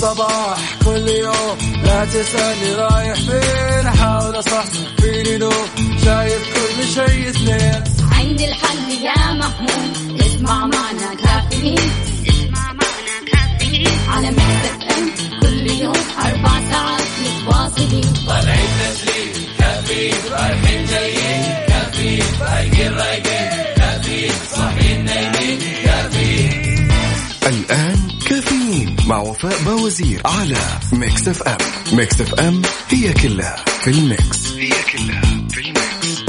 الصباح كل يوم، لا تسألني رايح فين، أحاول أصحصح فيني لو شايف كل شيء سنين. عندي الحل يا محمود، اسمع معنا كافيين، اسمع معنا كافيين على ميكس اف ام كل يوم 4 ساعات متواصلين. طالعين تسليم كافيين، رايحين جايين كافيين، رايقين رايقين كافيين، صاحيين نايمين كافيين. الآن كافيين مع وفاء باوزير على ميكس اف ام. ميكس اف ام هي كلها في الميكس، هي كلها في الميكس.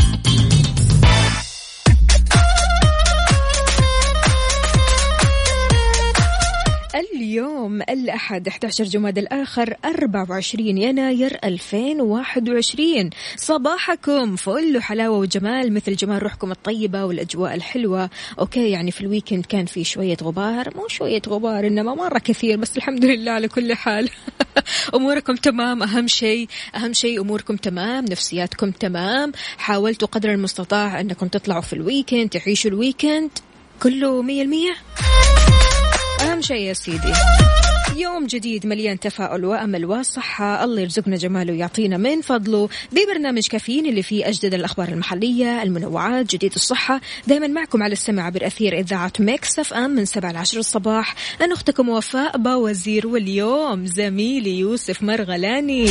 اليوم الأحد 11 جماد الآخر 24 يناير 2021. صباحكم فل حلاوة وجمال مثل جمال روحكم الطيبة والأجواء الحلوة. أوكي يعني في الويكند كان في شوية غبار، مو شوية غبار إنما مرة كثير، بس الحمد لله على كل حال. أموركم تمام، أهم شيء أموركم تمام، نفسياتكم تمام. حاولتوا قدر المستطاع أنكم تطلعوا في الويكند، تعيشوا الويكند كله 100%. أهم شيء يا سيدي يوم جديد مليان تفاؤل وأمل وصحة، الله يرزقنا جماله ويعطينا من فضله ببرنامج كافيين اللي فيه أجدد الأخبار المحلية، المنوعات، جديد الصحة، دايما معكم على السمع بالأثير إذاعة ميكس اف ام من 7 ل 10 الصباح. أنا أختكم وفاء باوزير، واليوم زميلي يوسف مرغلاني.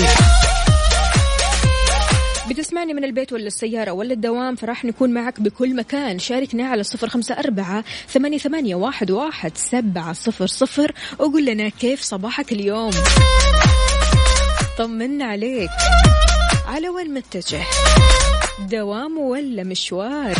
بتسمعني من البيت ولا السيارة ولا الدوام، فراح نكون معك بكل مكان. شاركنا على 0548811700 وقول لنا كيف صباحك اليوم، طمنا عليك، على وين متجه، دوام ولا مشوار.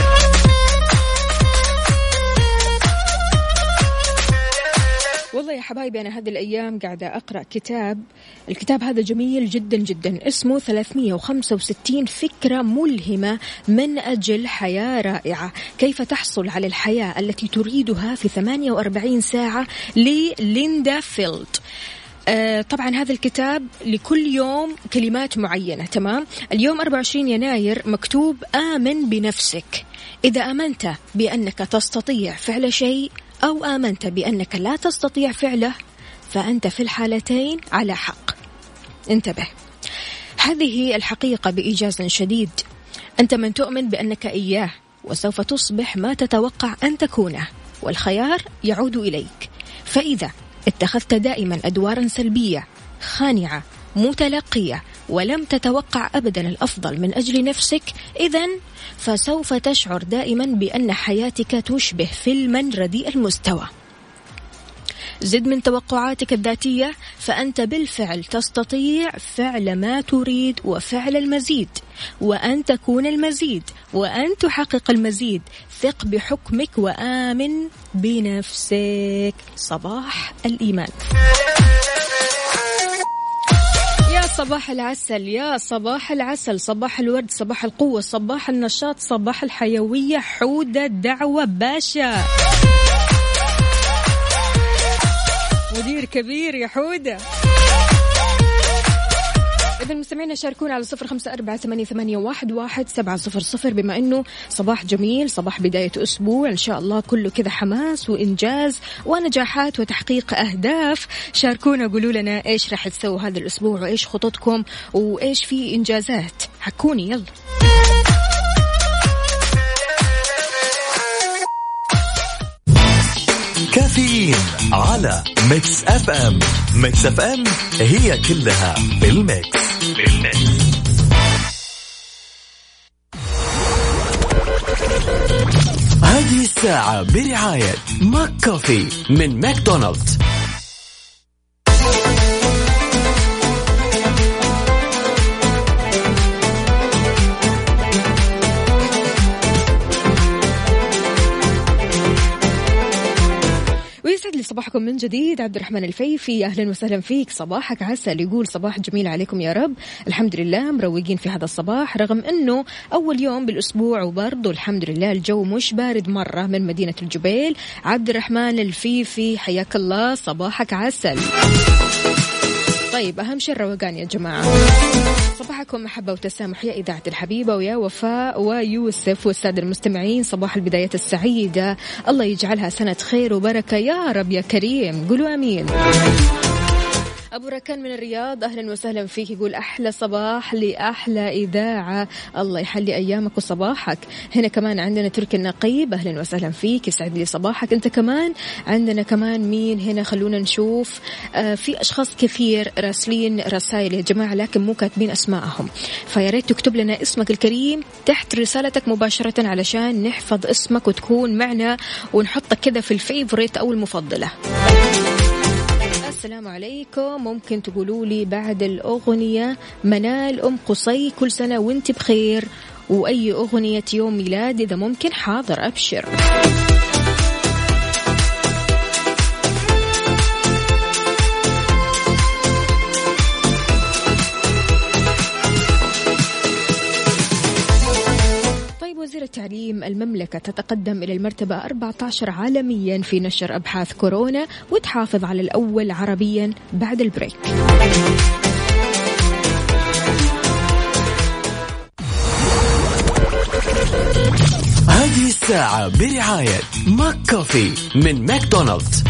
والله يا حبايبي أنا هذه الأيام قاعدة أقرأ كتاب، الكتاب هذا جميل جدا جدا، اسمه 365 فكرة ملهمة من أجل حياة رائعة، كيف تحصل على الحياة التي تريدها في 48 ساعة لليندا فيلد. طبعا هذا الكتاب لكل يوم كلمات معينة. تمام. اليوم 24 يناير مكتوب آمن بنفسك. إذا آمنت بأنك تستطيع فعل شيء أو آمنت بأنك لا تستطيع فعله، فأنت في الحالتين على حق. انتبه، هذه الحقيقة بإيجاز شديد. أنت من تؤمن بأنك إياه، وسوف تصبح ما تتوقع أن تكونه، والخيار يعود إليك. فإذا اتخذت دائما أدوارا سلبية خانعة متلقية ولم تتوقع أبدا الأفضل من أجل نفسك، إذن فسوف تشعر دائما بأن حياتك تشبه فيلما رديء المستوى. زد من توقعاتك الذاتية، فأنت بالفعل تستطيع فعل ما تريد وفعل المزيد، وأن تكون المزيد، وأن تحقق المزيد. ثق بحكمك وآمن بنفسك. صباح الإيمان. يا صباح العسل، يا صباح العسل، صباح الورد، صباح القوة، صباح النشاط، صباح الحيوية. حودة دعوة باشا، مدير كبير يا حودة. إذا المستمعين شاركونا على 0548811700 بما أنه صباح جميل، صباح بداية أسبوع إن شاء الله كله كذا حماس وإنجاز ونجاحات وتحقيق أهداف. شاركونا قولوا لنا إيش راح تسووا هذا الأسبوع وإيش خططكم وإيش في إنجازات. حكوني يلا. كافيين على ميكس اف ام. ميكس اف ام هي كلها بالميكس. هذه الساعة برعاية ماك كوفي من ماكدونالدز. صباحكم من جديد. عبد الرحمن الفيفي أهلا وسهلا فيك. صباحك عسل. يقول صباح جميل عليكم يا رب. الحمد لله مروقين في هذا الصباح رغم أنه أول يوم بالأسبوع، وبرضو الحمد لله الجو مش بارد مرة من مدينة الجبيل. عبد الرحمن الفيفي حياك الله، صباحك عسل. طيب أهم شيء الروقان يا جماعة. صباحكم محبة وتسامح يا إذاعة الحبيبة ويا وفاء ويوسف والسادة المستمعين. صباح البدايات السعيدة، الله يجعلها سنة خير وبركة يا رب يا كريم. قولوا أمين. أبو ركان من الرياض أهلا وسهلا فيك، يقول أحلى صباح لأحلى إذاعة، الله يحلي أيامك وصباحك. هنا كمان عندنا تركي النقيب أهلا وسهلا فيك، يسعد لي صباحك أنت كمان. عندنا كمان مين هنا، خلونا نشوف. في أشخاص كثير راسلين رسائل يا جماعة لكن مو كاتبين أسماءهم، فيا ريت تكتب لنا اسمك الكريم تحت رسالتك مباشرة علشان نحفظ اسمك وتكون معنا ونحطك كذا في الفيفوريت أو المفضلة. السلام عليكم، ممكن تقولوا لي بعد الأغنية منال أم قصي كل سنة وانت بخير، وأي أغنية يوم ميلاد إذا ممكن. حاضر أبشر. وزير التعليم المملكة تتقدم إلى المرتبة 14 عالميا في نشر أبحاث كورونا وتحافظ على الأول عربيا بعد البريك. هذه الساعة برعاية ماك كوفي من ماكدونالدز.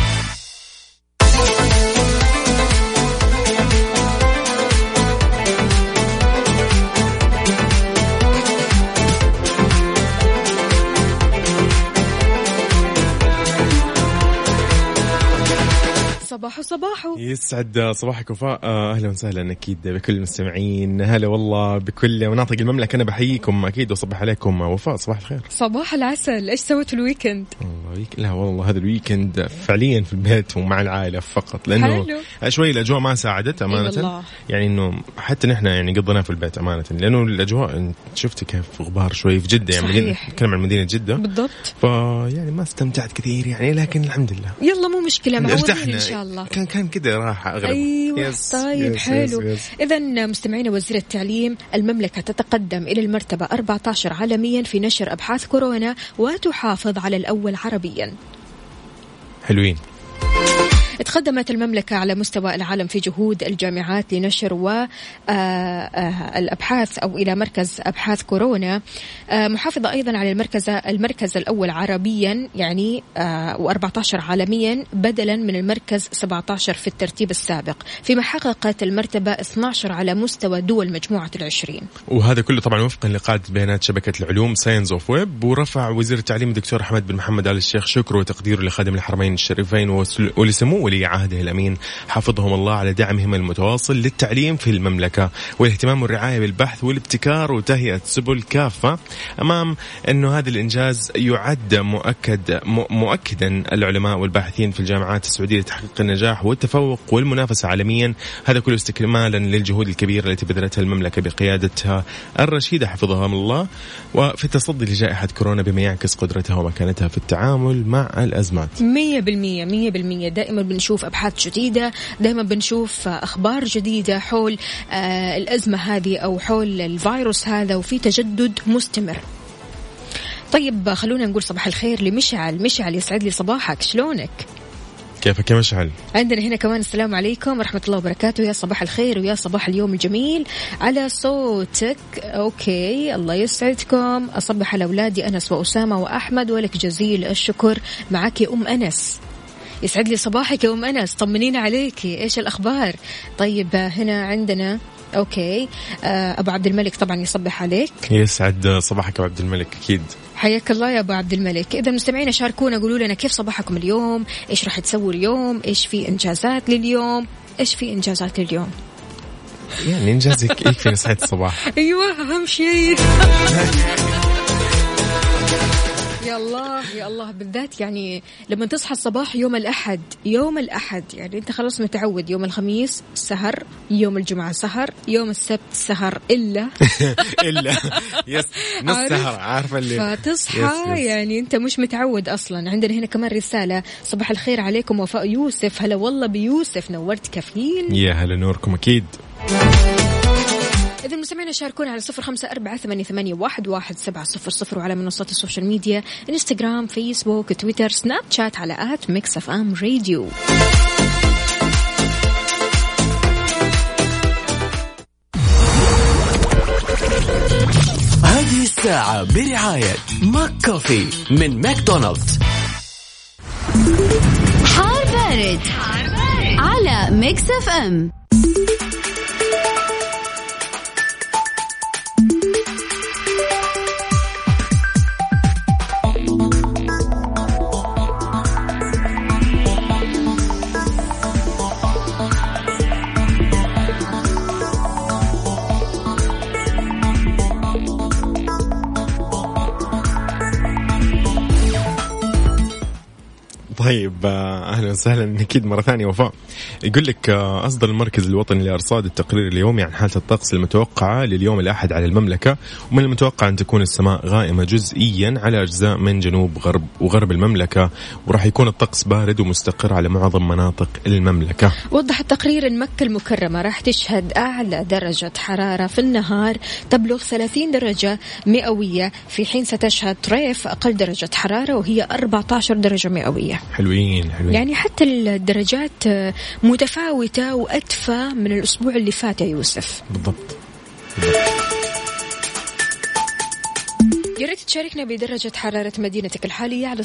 صباحو يسعد صباحك وفاء، أهلا وسهلا أكيد بكل المستمعين. هلا والله بكل مناطق المملكة، أنا بحييكم أكيد وصبح عليكم. وفاء صباح الخير. صباح العسل، إيش سويت الويكند؟ لا والله هذا الويكند فعليا في البيت ومع العائلة فقط، لأنه شوي الأجواء ما ساعدت أمانة. يعني إنه حتى نحن يعني قضينا في البيت أمانة، لأنه الأجواء شفت كيف غبار شوي في جدة، يعني نتكلم عن مدينة جدة بالضبط، فيعني ما استمتعت كثير يعني، لكن الحمد لله يلا مو مشكلة، معودين إن شاء الله. كان كده راحة أغلب. أيوة طيب حلو. إذن مستمعينا، وزير التعليم المملكة تتقدم إلى المرتبة 14 عالميا في نشر أبحاث كورونا وتحافظ على الأول عربيا. حلوين. تقدمت المملكة على مستوى العالم في جهود الجامعات لنشر الأبحاث أو إلى مركز أبحاث كورونا، محافظة أيضا على المركز الأول عربيا يعني و14 عالميا بدلا من المركز 17 في الترتيب السابق، فيما حققت المرتبة 12 على مستوى دول مجموعة 20. وهذا كله طبعا وفقا لقاعدة بيانات شبكة العلوم ساينس اوف ويب. ورفع وزير التعليم الدكتور أحمد بن محمد آل الشيخ شكره وتقديره لخادم الحرمين الشريفين ولسمو ولي عهده الأمين حفظهم الله على دعمهم المتواصل للتعليم في المملكة والاهتمام والرعاية بالبحث والابتكار وتهيئة سبل كافة أمام أنه هذا الإنجاز يعد مؤكدا العلماء والباحثين في الجامعات السعودية لتحقيق النجاح والتفوق والمنافسة عالميا. هذا كله استكمالا للجهود الكبيرة التي بذلتها المملكة بقيادتها الرشيدة حفظها الله وفي التصدي لجائحة كورونا بما يعكس قدرتها ومكانتها في التعامل مع الأزمات. 100% دائما بنشوف أبحاث جديدة، دائما بنشوف أخبار جديدة حول الأزمة هذه أو حول الفيروس هذا، وفي تجدد مستمر. طيب خلونا نقول صباح الخير لمشعل. مشعل يسعد لي صباحك، شلونك؟ كيفك يا مشعل؟ عندنا هنا كمان السلام عليكم ورحمة الله وبركاته، يا صباح الخير ويا صباح اليوم الجميل على صوتك. أوكي الله يسعدكم، أصبح على أولادي أنس وأسامة وأحمد ولك جزيل الشكر. معك يا أم أنس، يسعد لي صباحك يا أم أنس، طمنين عليكي، إيش الأخبار؟ طيب هنا عندنا أوكي أبو عبد الملك طبعا يصبح عليك. يسعد صباحك أبو عبد الملك، أكيد حياك الله يا أبو عبد الملك. إذا مستمعين شاركونا، قولوا لنا كيف صباحكم اليوم، إيش راح تسووا اليوم، إيش في إنجازات لليوم، إيش في إنجازات لليوم. يعني إنجازك يكفي نصحيت الصباح. أيوة أهم شيء. يا الله بالذات يعني لما تصحى الصباح يوم الأحد يعني أنت خلاص متعود، يوم الخميس سهر، يوم الجمعة سهر، يوم السبت سهر إلا يس نص سهر، عارفة اللي فتصحى يس. يعني أنت مش متعود أصلا. عندنا هنا كمان رسالة، صباح الخير عليكم وفاء يوسف. هلا والله بيوسف، نورت كافيين. يا هلا نوركم أكيد. إذا المستمعين شاركونا على 0548811700 وعلى منصات السوشيال ميديا إنستغرام فيسبوك تويتر سناب شات على @mixfmradio. هذه الساعة برعاية ماك كوفي من ماكدونالدز. حار بارد على ميكس اف ام. طيب أهلا وسهلا أكيد مرة ثانية. وفاء يقول لك أصدر المركز الوطني لأرصاد التقرير اليومي عن حالة الطقس المتوقعة لليوم الأحد على المملكة، ومن المتوقع أن تكون السماء غائمة جزئيا على أجزاء من جنوب غرب وغرب المملكة، وراح يكون الطقس بارد ومستقر على معظم مناطق المملكة. وضح التقرير أن مكة المكرمة راح تشهد أعلى درجة حرارة في النهار تبلغ 30 درجة مئوية، في حين ستشهد طريف أقل درجة حرارة وهي 14 درجة مئوية. حلوين يعني حتى الدرجات متفاوتة وأدفى من الأسبوع اللي فات يا يوسف. بالضبط. يا ريت تشاركنا بدرجة حرارة مدينتك الحالية على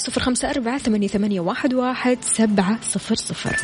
0548811700.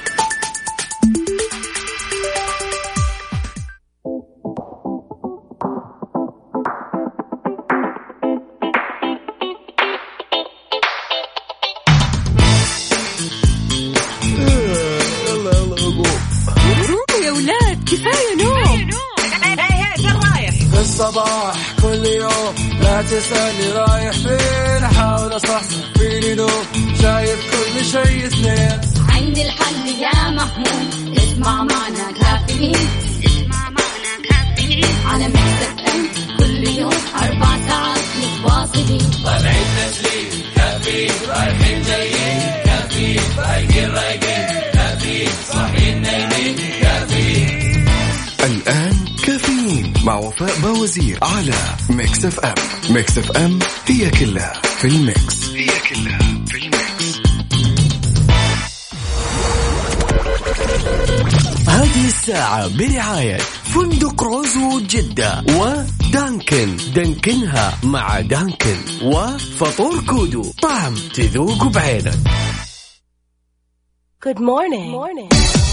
الصباح كل يوم لا تسألني رايح فين، أحاول أصحصح فيني نوم، شايف كل شيء اثنين. عندي الحل يا محمود، اسمع معنا كافيين، اسمع معنا كافيين على ميكس اف ام، كل يوم 4 ساعات متواصلين. طالعين تسليم كافيين، رايحين جايين كافيين، فايقين رايقين كافيين، صاحيين نايمين كافيين. الآن كافيين مع وفاء باوزير على ميكس اف ام. ميكس اف ام هي كلها في الميكس، هي كلها في الميكس. هذه الساعة برعاية فندق روزو جدة ودانكن، دانكنها مع دانكن، وفطور كودو، طعم تذوق بعينك. Good morning.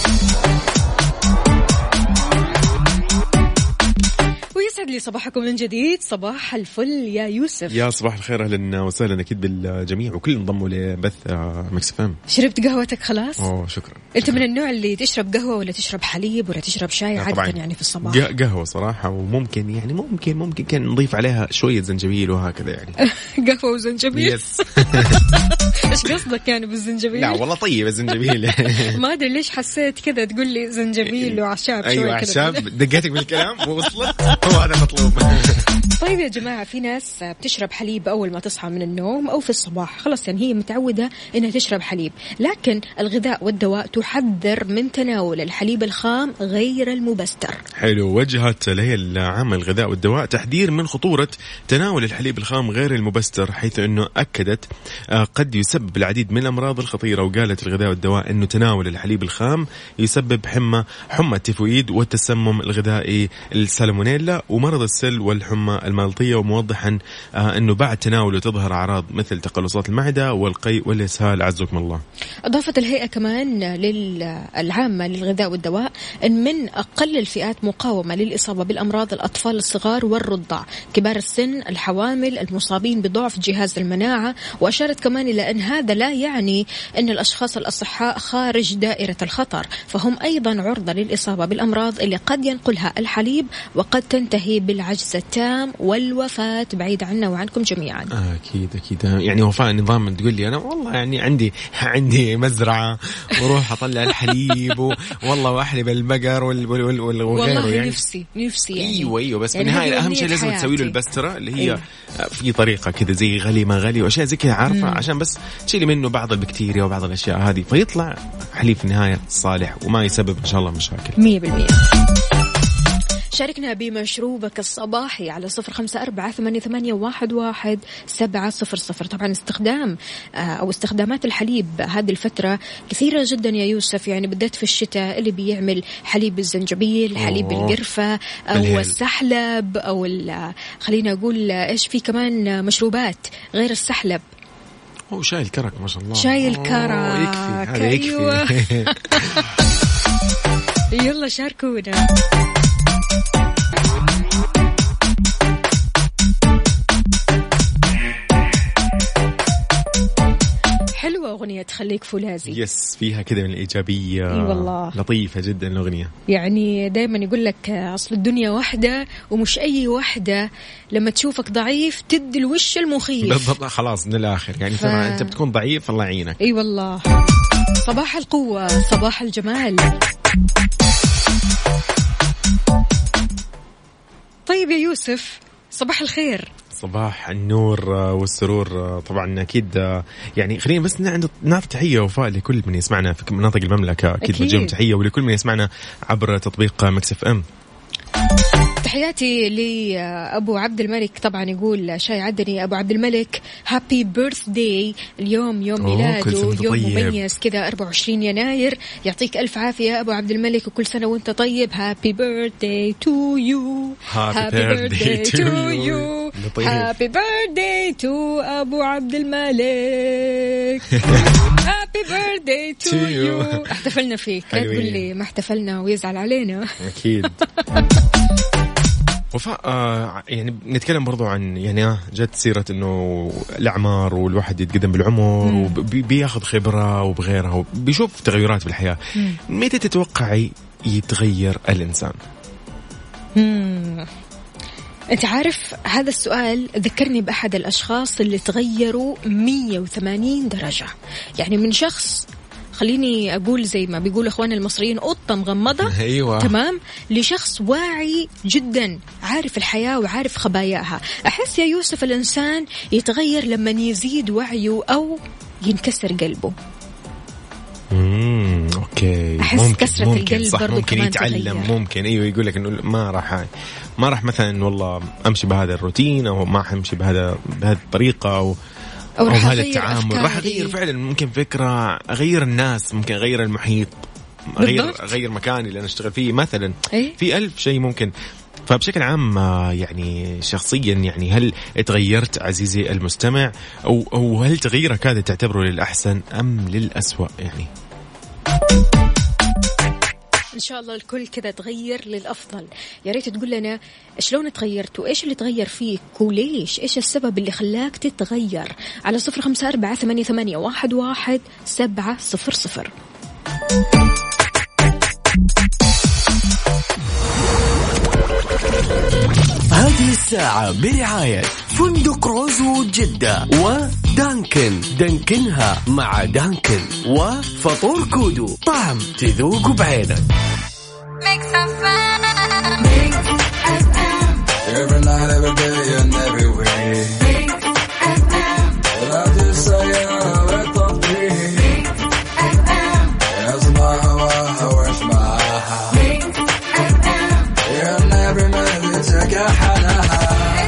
ويسعد لي صباحكم من جديد، صباح الفل يا يوسف. يا صباح الخير، أهلا وسهلا أكيد بالجميع وكل انضموا لبث ميكس اف ام. شربت قهوتك خلاص؟ شكرا. أنت من النوع اللي تشرب قهوة ولا تشرب حليب ولا تشرب شاي عادة يعني في الصباح؟ قهوة صراحة، وممكن يعني ممكن كان نضيف عليها شوية زنجبيل وهكذا يعني. قهوة وزنجبيل؟ يس. إيش قصدك يعني بالزنجبيل؟ لا والله طيب الزنجبيل. ما أدري ليش حسيت كذا تقول لي زنجبيل وعشاب. أيوة عشاب، دقيتك بالكلام ووصلت. هو هذا المطلوب. طيب يا جماعة، في ناس بتشرب حليب أول ما تصحى من النوم أو في الصباح، خلاص يعني هي متعودة إنها تشرب حليب، لكن الغذاء والدواء تحذر من تناول الحليب الخام غير المبستر. حلو. وجهت الهيئة العامة للغذاء والدواء تحذير من خطورة تناول الحليب الخام غير المبستر، حيث أنه أكدت قد يسبب العديد من الأمراض الخطيرة. وقالت الغذاء والدواء أنه تناول الحليب الخام يسبب حمى التيفويد والتسمم الغذائي السالمونيلا ومرض السل والحمى المالطية، وموضحا أنه بعد تناوله تظهر أعراض مثل تقلصات المعدة والقيء والإسهال عزكم الله. أضافت الهيئة كمان العامة للغذاء والدواء أن من أقل الفئات مقاومة للإصابة بالأمراض الأطفال الصغار والرضع، كبار السن، الحوامل، المصابين بضعف جهاز المناعة. وأشارت كمان إلى أن هذا لا يعني أن الأشخاص الأصحاء خارج دائرة الخطر، فهم أيضا عرضة للإصابة بالأمراض اللي قد ينقلها الحليب وقد تنتهي بالعجز التام والوفاة بعيد عنا وعنكم جميعا. أكيد يعني وفاء نظام تقول لي أنا والله يعني عندي مزرعة وروح أطلع الحليب والله وأحلب البقر وغيره. والله يعني نفسي يعني. أيوة بس يعني بالنهاية أهم شيء لازم تسوي له البسترة اللي هي في طريقة كذا زي غلي ما غلي وأشياء زي كذا عارفة، عشان بس تشيلي منه بعض البكتيريا وبعض الأشياء هذه، فيطلع حليب في النهاية صالح وما يسبب إن شاء الله مشاكل 100%. شاركنا بمشروبك الصباحي على 0548811700. طبعا استخدامات الحليب هذه الفترة كثيرة جدا يا يوسف، يعني بدأت في الشتاء اللي بيعمل حليب الزنجبيل، حليب القرفة أو السحلب أو خلينا أقول إيش في كمان مشروبات غير السحلب. شاي الكرك ما شاء الله. شاي الكرك يكفي هذا يكفي. يلا شاركونا. حلوة أغنية خليك فولاذي. يس فيها كذا من الإيجابية. والله لطيفة جدا الأغنية. يعني دايما يقول لك أصل الدنيا واحدة ومش أي واحدة لما تشوفك ضعيف تدي الوش المخيف. بالضبط خلاص من الآخر يعني أنت بتكون ضعيف الله يعينك. أي والله. صباح القوة صباح الجمال. طيب يا يوسف صباح الخير. صباح النور والسرور. طبعا أكيد يعني خلينا بس نعطي تحية وفاء لكل من يسمعنا في مناطق المملكة. أكيد نوجه تحية ولكل من يسمعنا عبر تطبيق ميكس اف ام. تحياتي لأبو عبد الملك طبعا يقول شاي عدني أبو عبد الملك هابي بيرث داي. اليوم يوم ميلاده يوم مميز كذا 24 يناير. يعطيك ألف عافية أبو عبد الملك وكل سنة وانت طيب. هابي بيرث داي تو يو. هابي بيرث داي تو يو. هابي بيرث داي تو أبو عبد الملك. هابي بيرث داي تو يو. احتفلنا فيك لا تقول لي ما احتفلنا ويزعل علينا. أكيد. وفاء يعني نتكلم برضو عن يعني جت سيرة إنه الأعمار والواحد يتقدم بالعمر وبياخذ خبرة وبغيرها وبيشوف تغيرات بالحياة. متى تتوقعي يتغير الإنسان؟ أنت عارف هذا السؤال ذكرني بأحد الأشخاص اللي تغيروا 180 درجة. يعني من شخص خليني أقول زي ما بيقول أخوان المصريين قطة مغمضة أيوة. تمام لشخص واعي جدا عارف الحياة وعارف خباياها. أحس يا يوسف الإنسان يتغير لما يزيد وعيه أو ينكسر قلبه. أوكي. أحس ممكن كسرة القلب برضو ممكن كمان يتعلم تغير. ممكن أيوة يقول لك إنه ما راح مثلا والله أمشي بهذا الروتين أو ما أمشي بهذه الطريقة أو هذا التعامل. راح أغير فعلا ممكن فكرة أغير الناس ممكن أغير المحيط أغير مكاني اللي أنا أشتغل فيه مثلا. في 1000 شيء ممكن. فبشكل عام يعني شخصيا يعني هل تغيرت عزيزي المستمع أو هل تغييرك هذا تعتبره للأحسن أم للأسوأ يعني؟ إن شاء الله الكل كذا تغير للأفضل. يا ريت تقول لنا شلون تغيرت وإيش اللي تغير فيك وليش إيش السبب اللي خلاك تتغير على 0548811700. هذه الساعة برعاية فندق روزو جدة ودانكنها مع دانكن وفطور كودو طعم تذوق بعينك. Every night, every day and every way. لا تسير بالتطبيق اسمع هواها وعيش معاها يا النبي ما تتكحلها.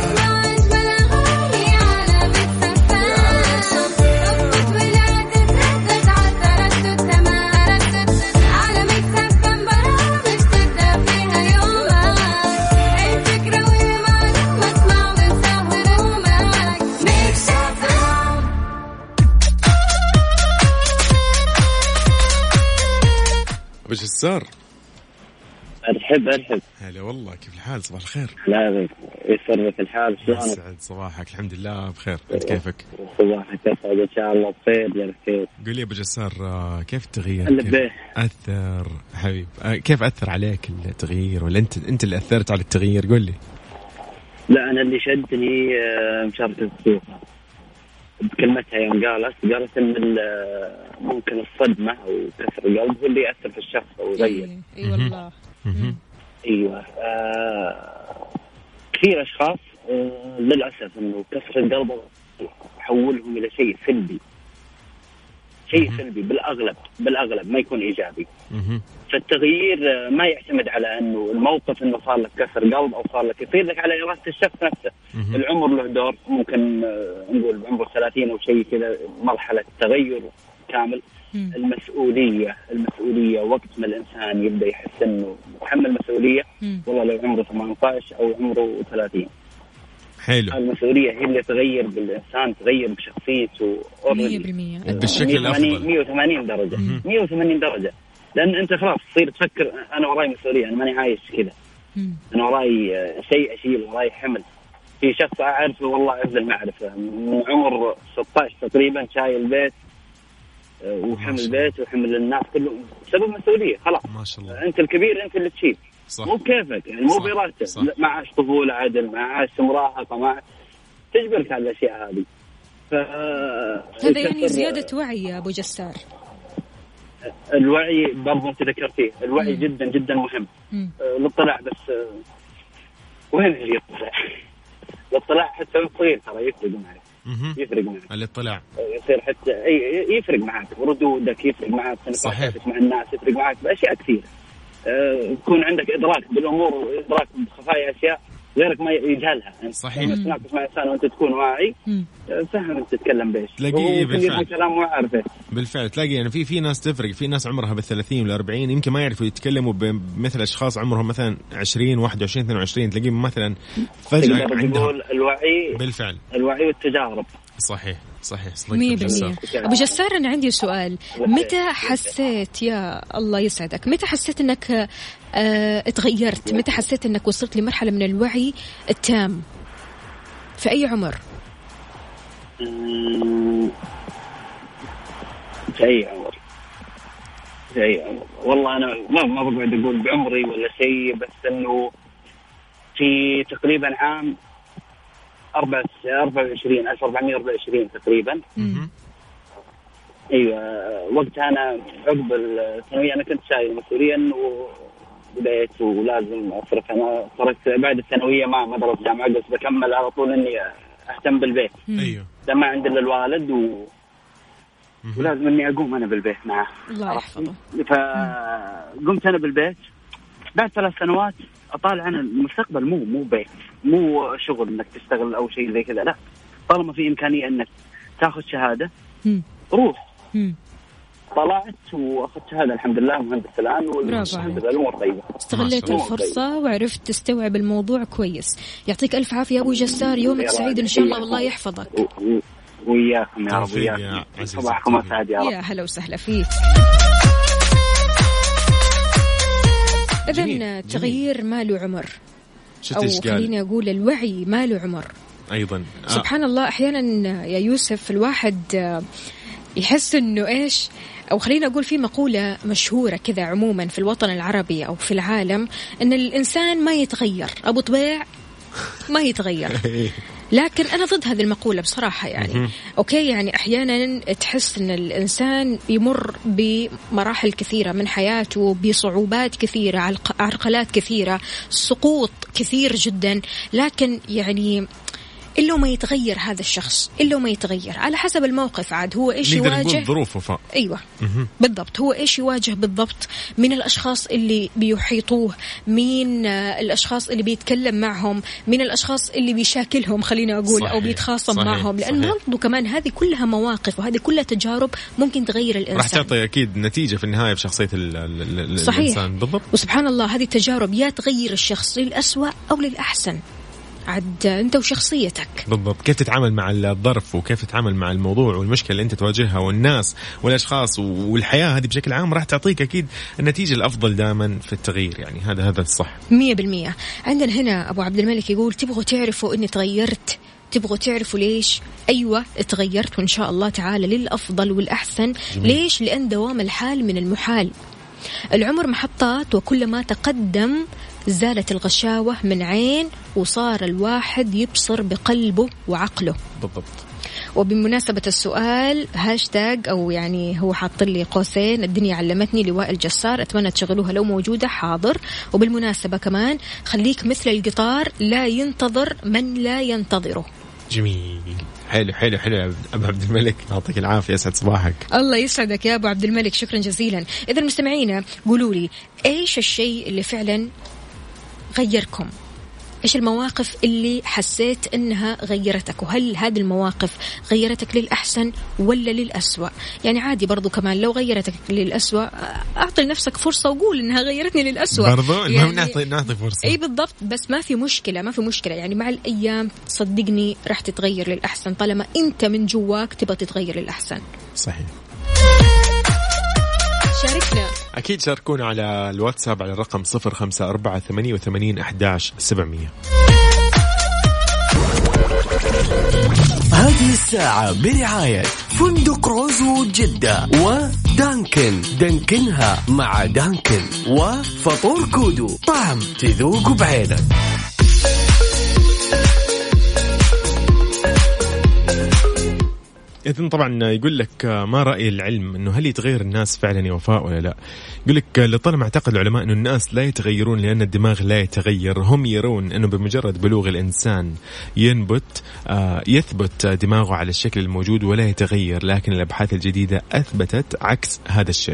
بجسار أرحب هلا والله كيف الحال؟ صباح الخير. لا يسرك الحال. سعد صباحك. الحمد لله بخير. أنت كيفك؟ صباحك أسعد إن شاء الله بخير. يا خير. قل لي أبو جسار كيف التغيير كيف أثر حبيب كيف أثر عليك التغيير ولا أنت اللي أثرت على التغيير؟ قل لي. لا أنا اللي شدني مشاركة السوق بكلمتها يوم قالت إن ممكن الصدمة أو كسر القلب هو اللي يأثر في الشخص أو يغير. إيه والله. أيوة. كثير أشخاص للأسف إنه كسر القلب حولهم إلى شيء سلبي. شيء سلبي بالأغلب ما يكون إيجابي. فالتغيير ما يعتمد على أنه الموقف إنه صار لك كسر قلب أو صار لك يصير لك على إرادة الشخص نفسه. العمر له دور. ممكن نقول بعمر 30 أو شيء كذا مرحلة تغير كامل. المسؤولية وقت ما الإنسان يبدأ يحس إنه متحمل مسؤولية. والله لو عمره 18 أو عمره 30. حلو. المسؤولية هي اللي تغير بالإنسان تغير بشخصيته 100% بالشكل الأفضل 180 درجة. 180 درجة. لأن أنت خلاص تصير تفكر أنا وراي مسؤولية، أنا ماني عايش كذا، أنا وراي شيء أشيل، وراي حمل. في شخص أعرفه والله عز المعرفة من عمر 16 تقريبا شايل البيت وحمل البيت وحمل الناس كله بسبب مسؤولية. خلاص ما شاء الله. أنت الكبير، أنت اللي تشيل، مو بكيفك يعني، مو براسك، معاش طفولة عدل، معاش مراهقة، مع تجبرك على الأشياء هذه. هذا يعني زيادة وعي يا أبو جسار. الوعي برضو أنت ذكرتيه، الوعي جدا جدا مهم. الاطلاع بس وين يجي الاطلاع حتى الصغير ترى يفرق معك. يفرق معك الاطلاع، يصير حتى يفرق معك ردودك، يفرق معك نقاشاتك مع الناس، يفرق معك بأشياء كثير. يكون عندك إدراك بالأمور وإدراك بخفايا أشياء غيرك ما يجهلها. صحيح. تناقش مع إنسان وأنت تكون واعي فهم أنت تتكلم بيش، تلاقيه بالفعل كلام مو عارفه. بالفعل تلاقي يعني في ناس تفرق، في ناس عمرها بال30 وال40 يمكن ما يعرفوا يتكلموا بمثل أشخاص عمرهم مثلا 20 21 22 تلاقيهم مثلا فجأة عندهم الوعي. بالفعل الوعي والتجارب. صحيح 100%. أبو جسار أنا عندي سؤال، متى حسيت يا الله يسعدك، متى حسيت أنك اتغيرت؟ متى حسيت أنك وصلت لمرحلة من الوعي التام؟ في أي عمر؟ في أي عمر والله أنا ما بقعد أقول بعمري ولا شيء، بس أنه في تقريبا عام 1424 تقريبا. ايوه وقتها انا عقب الثانويه انا كنت شايل مسؤوليا وبديت ولازم اصرف. انا صرت بعد الثانويه ما درست جامعه بس بكمل على طول اني اهتم بالبيت. ايوه لما عندي الوالد ولازم اني اقوم انا بالبيت معه. الله يحفظه. فقمت انا بالبيت بعد 3 سنوات اطالع عن المستقبل، مو بيت، مو شغل انك تشتغل او شيء زي كذا، لا طالما في امكانيه انك تاخذ شهاده روح. طلعت واخذت شهاده الحمد لله مهندس الان والحمد لله الامور طيبه. استغليت الفرصه وعرفت تستوعب الموضوع كويس. يعطيك الف عافيه يا ابو جسار، يومك سعيد ان شاء الله والله يحفظك. وياكم يا رب، وياكم صباحكم اسعد يا رب. يا هلا وسهلا فيك. إذن التغيير ما له عمر، أو خليني أقول الوعي ما له عمر أيضا. سبحان الله. أحيانا يا يوسف الواحد يحس إنه إيش، أو خلينا أقول في مقولة مشهورة كذا عموما في الوطن العربي أو في العالم، إن الإنسان ما يتغير، أبو طبيع ما يتغير. لكن أنا ضد هذه المقولة بصراحة يعني. أوكي يعني أحيانا تحس أن الإنسان يمر بمراحل كثيرة من حياته، بصعوبات كثيرة، عرقلات كثيرة، سقوط كثير جدا، لكن يعني إلا ما يتغير هذا الشخص، إلا ما يتغير على حسب الموقف. عاد هو إيش يواجه، ظروفه. أيوة بالضبط، هو إيش يواجه بالضبط، من الأشخاص اللي بيحيطوه، من الأشخاص اللي بيتكلم معهم، من الأشخاص اللي بيشاكلهم خلينا أقول. صحيح. أو بيتخاصم معهم، لأن برضو كمان هذه كلها مواقف وهذه كلها تجارب ممكن تغير الإنسان، راح تعطي أكيد نتيجة في النهاية في شخصية الإنسان. بالضبط. وسبحان الله هذه التجارب يا تغير الشخص للأسوأ أو للأحسن، عد أنت وشخصيتك. بالضبط. كيف تتعامل مع الظرف وكيف تتعامل مع الموضوع والمشكلة اللي أنت تواجهها والناس والأشخاص والحياة هذه بشكل عام راح تعطيك أكيد النتيجة الأفضل دائما في التغيير. يعني هذا الصح 100%. عندنا هنا أبو عبد الملك يقول تبغوا تعرفوا إني تغيرت، تبغوا تعرفوا ليش؟ أيوة تغيرت وإن شاء الله تعالى للأفضل والأحسن. جميل. ليش؟ لأن دوام الحال من المحال. العمر محطات، وكلما تقدم زالت الغشاوة من عين، وصار الواحد يبصر بقلبه وعقله. بالضبط. وبمناسبة السؤال هاشتاج، أو يعني هو حاط لي قوسين، الدنيا علمتني لواء الجسار، أتمنى تشغلوها لو موجودة. حاضر. وبالمناسبة كمان خليك مثل القطار لا ينتظر من لا ينتظره. جميل. حلو حلو حلو أبو عبد الملك، يعطيك العافية، يسعد صباحك. الله يسعدك يا أبو عبد الملك، شكرا جزيلا. إذا مستمعينا قولوا لي إيش الشيء اللي فعلا غيركم؟ إيش المواقف اللي حسيت إنها غيرتك؟ وهل هذه المواقف غيرتك للأحسن ولا للأسوأ؟ يعني عادي برضو كمان لو غيرتك للأسوأ أعطي لنفسك فرصة وقول إنها غيرتني للأسوأ برضو. يعني نعطي فرصة. أي بالضبط، بس ما في مشكلة يعني مع الأيام صدقني راح تتغير للأحسن طالما أنت من جواك تبغى تتغير للأحسن. صحيح. شاركنا. أكيد شاركونا على الواتساب على الرقم 0548811700. هذه الساعة برعاية فندق روزو جدة ودانكن، دانكنها مع دانكن، وفطور كودو، طعم تذوق بعينك. إذن طبعا يقول لك ما رأي العلم أنه هل يتغير الناس فعلا يا وفاء ولا لا؟ يقول لك لطالما اعتقد العلماء أنه الناس لا يتغيرون لأن الدماغ لا يتغير، هم يرون أنه بمجرد بلوغ الإنسان يثبت دماغه على الشكل الموجود ولا يتغير، لكن الأبحاث الجديدة أثبتت عكس هذا الشيء.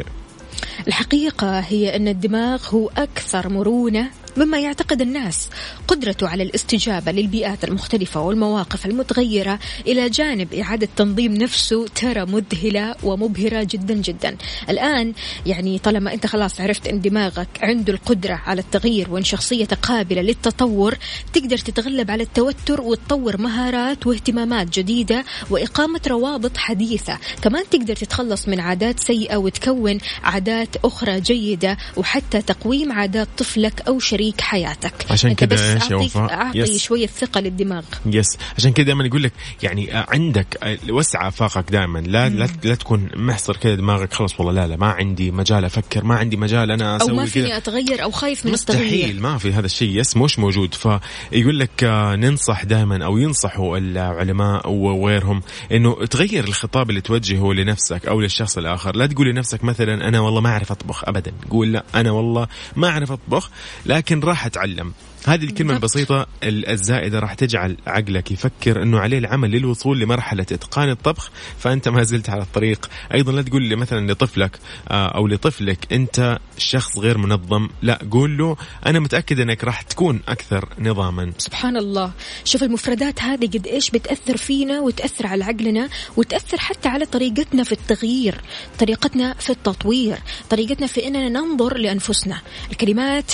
الحقيقة هي أن الدماغ هو أكثر مرونة مما يعتقد الناس. قدرته على الاستجابة للبيئات المختلفة والمواقف المتغيرة إلى جانب إعادة تنظيم نفسه ترى مذهلة ومبهرة جدا جدا. الآن يعني طالما أنت خلاص عرفت أن دماغك عنده القدرة على التغيير وأن شخصية قابلة للتطور، تقدر تتغلب على التوتر وتطور مهارات واهتمامات جديدة وإقامة روابط حديثة. كمان تقدر تتخلص من عادات سيئة وتكون عادات أخرى جيدة، وحتى تقويم عادات طفلك أو شريك حياتك. عشان كده أعطي شوية ثقة للدماغ. عشان كده دائما يقول لك يعني عندك وسع آفاقك دائما، لا تكون محصر كده دماغك خلاص والله لا ما عندي مجال أفكر، ما عندي مجال أنا أسوي أو ما فيني أتغير أو خايف من التغيير. مستحيل، ما في هذا الشيء مش موجود. فيقول لك ننصح دائما أو ينصحوا العلماء وغيرهم إنه تغير الخطاب اللي توجهه لنفسك أو للشخص الآخر. لا تقول لنفسك مثلا أنا والله ما أعرف أطبخ أبدا، قول لا أنا والله ما أعرف أطبخ لكن راح أتعلم. هذه الكلمة البسيطة الزائدة راح تجعل عقلك يفكر أنه عليه العمل للوصول لمرحلة إتقان الطبخ، فأنت ما زلت على الطريق. أيضا لا تقول لي مثلا لطفلك أو لطفلك أنت شخص غير منظم، لا قول له أنا متأكد أنك راح تكون أكثر نظاما. سبحان الله، شوف المفردات هذه قد إيش بتأثر فينا وتأثر على عقلنا وتأثر حتى على طريقتنا في التغيير، طريقتنا في التطوير، طريقتنا في أننا ننظر لأنفسنا. الكلمات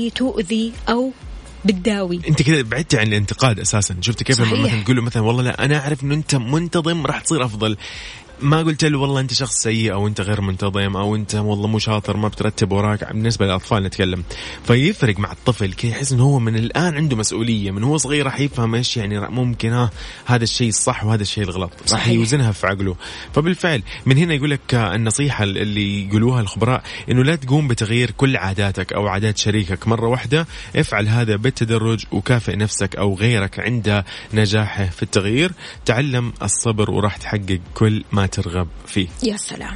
بتؤذي أو بالداوي. انت كده بعدتي عن الانتقاد اساسا. شفت كيف لما مثلا تقول له مثلا والله لا انا اعرف انه انت منتظم راح تصير افضل، ما قلت له والله انت شخص سيء او انت غير منتظم او انت والله مو شاطر ما بترتب وراك. بالنسبه للاطفال نتكلم، فيفرق مع الطفل كي يحس انه هو من الان عنده مسؤوليه، من هو صغير راح يفهم ايش يعني ممكن هذا الشيء الصح وهذا الشيء الغلط، راح يوزنها في عقله. فبالفعل من هنا يقول لك النصيحه اللي يقولوها الخبراء انه لا تقوم بتغيير كل عاداتك او عادات شريكك مره واحده، افعل هذا بالتدرج وكافئ نفسك او غيرك عند نجاحه في التغيير. تعلم الصبر وراح تحقق كل ما ترغب فيه. يا سلام.